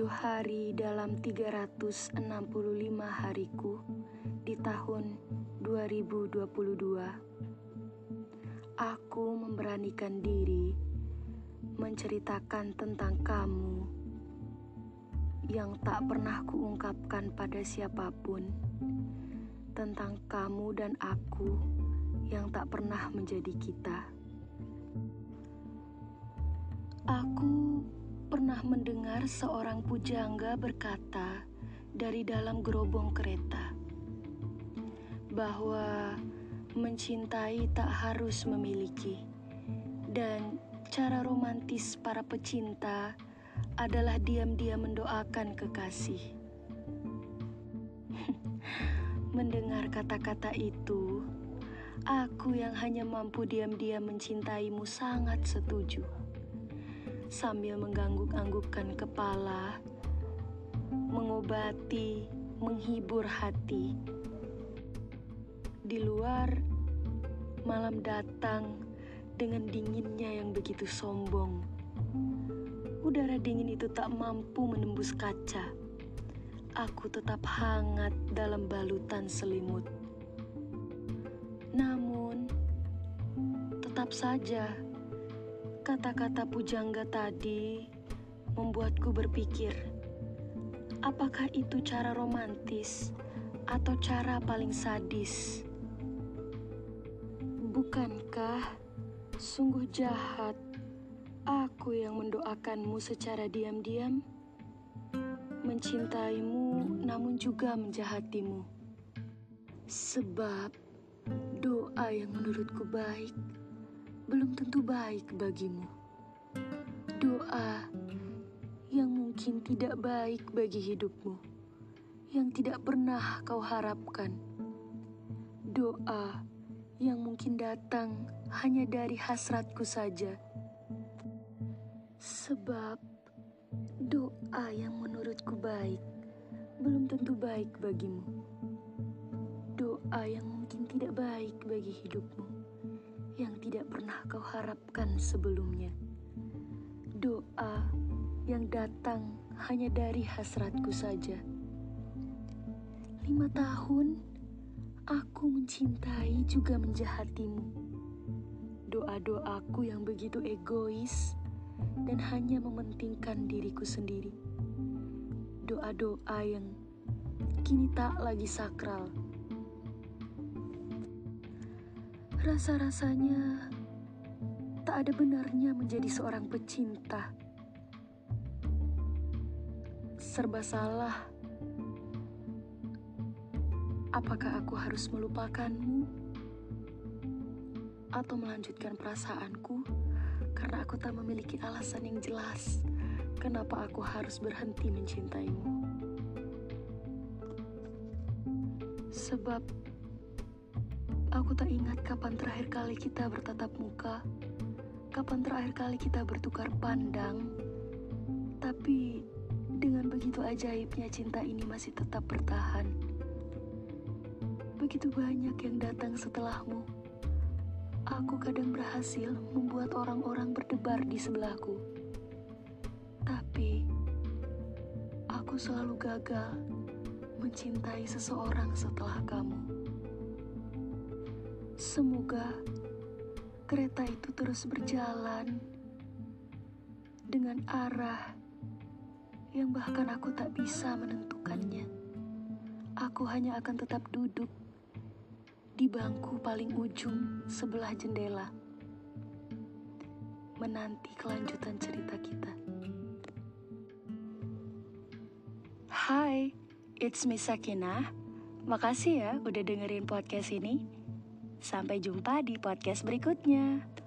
hari dalam 365 hariku di tahun 2022. Aku memberanikan diri menceritakan tentang kamu yang tak pernah kuungkapkan pada siapapun, tentang kamu dan aku yang tak pernah menjadi kita. Aku pernah mendengar seorang pujangga berkata dari dalam gerobong kereta bahwa mencintai tak harus memiliki, dan cara romantis para pecinta adalah diam-diam mendoakan kekasih. Mendengar kata-kata itu, aku yang hanya mampu diam-diam mencintaimu sangat setuju. Sambil mengangguk-anggukkan kepala, mengobati, menghibur hati. Di luar, malam datang dengan dinginnya yang begitu sombong. Udara dingin itu tak mampu menembus kaca. Aku tetap hangat dalam balutan selimut. Namun, tetap saja, kata-kata pujangga tadi membuatku berpikir, apakah itu cara romantis atau cara paling sadis? Bukankah sungguh jahat aku yang mendoakanmu secara diam-diam, mencintaimu namun juga menjahatimu? Sebab doa yang menurutku baik belum tentu baik bagimu. Doa yang mungkin tidak baik bagi hidupmu, yang tidak pernah kau harapkan. Doa yang mungkin datang hanya dari hasratku saja. Sebab doa yang menurutku baik belum tentu baik bagimu. Doa yang mungkin tidak baik bagi hidupmu, yang tidak pernah kau harapkan sebelumnya. Doa yang datang hanya dari hasratku saja. 5 tahun aku mencintai juga menjahatimu. Doa-doaku yang begitu egois dan hanya mementingkan diriku sendiri. Doa-doa yang kini tak lagi sakral. Rasa-rasanya tak ada benarnya menjadi seorang pecinta. Serba salah. Apakah aku harus melupakanmu atau melanjutkan perasaanku karena aku tak memiliki alasan yang jelas kenapa aku harus berhenti mencintaimu? Sebab aku tak ingat kapan terakhir kali kita bertatap muka, kapan terakhir kali kita bertukar pandang. Tapi dengan begitu ajaibnya cinta ini masih tetap bertahan. Begitu banyak yang datang setelahmu. Aku kadang berhasil membuat orang-orang berdebar di sebelahku. Tapi aku selalu gagal mencintai seseorang setelah kamu. Semoga kereta itu terus berjalan dengan arah yang bahkan aku tak bisa menentukannya. Aku hanya akan tetap duduk di bangku paling ujung sebelah jendela, menanti kelanjutan cerita kita. Hai, it's me Sakinah. Makasih ya udah dengerin podcast ini. Sampai jumpa di podcast berikutnya.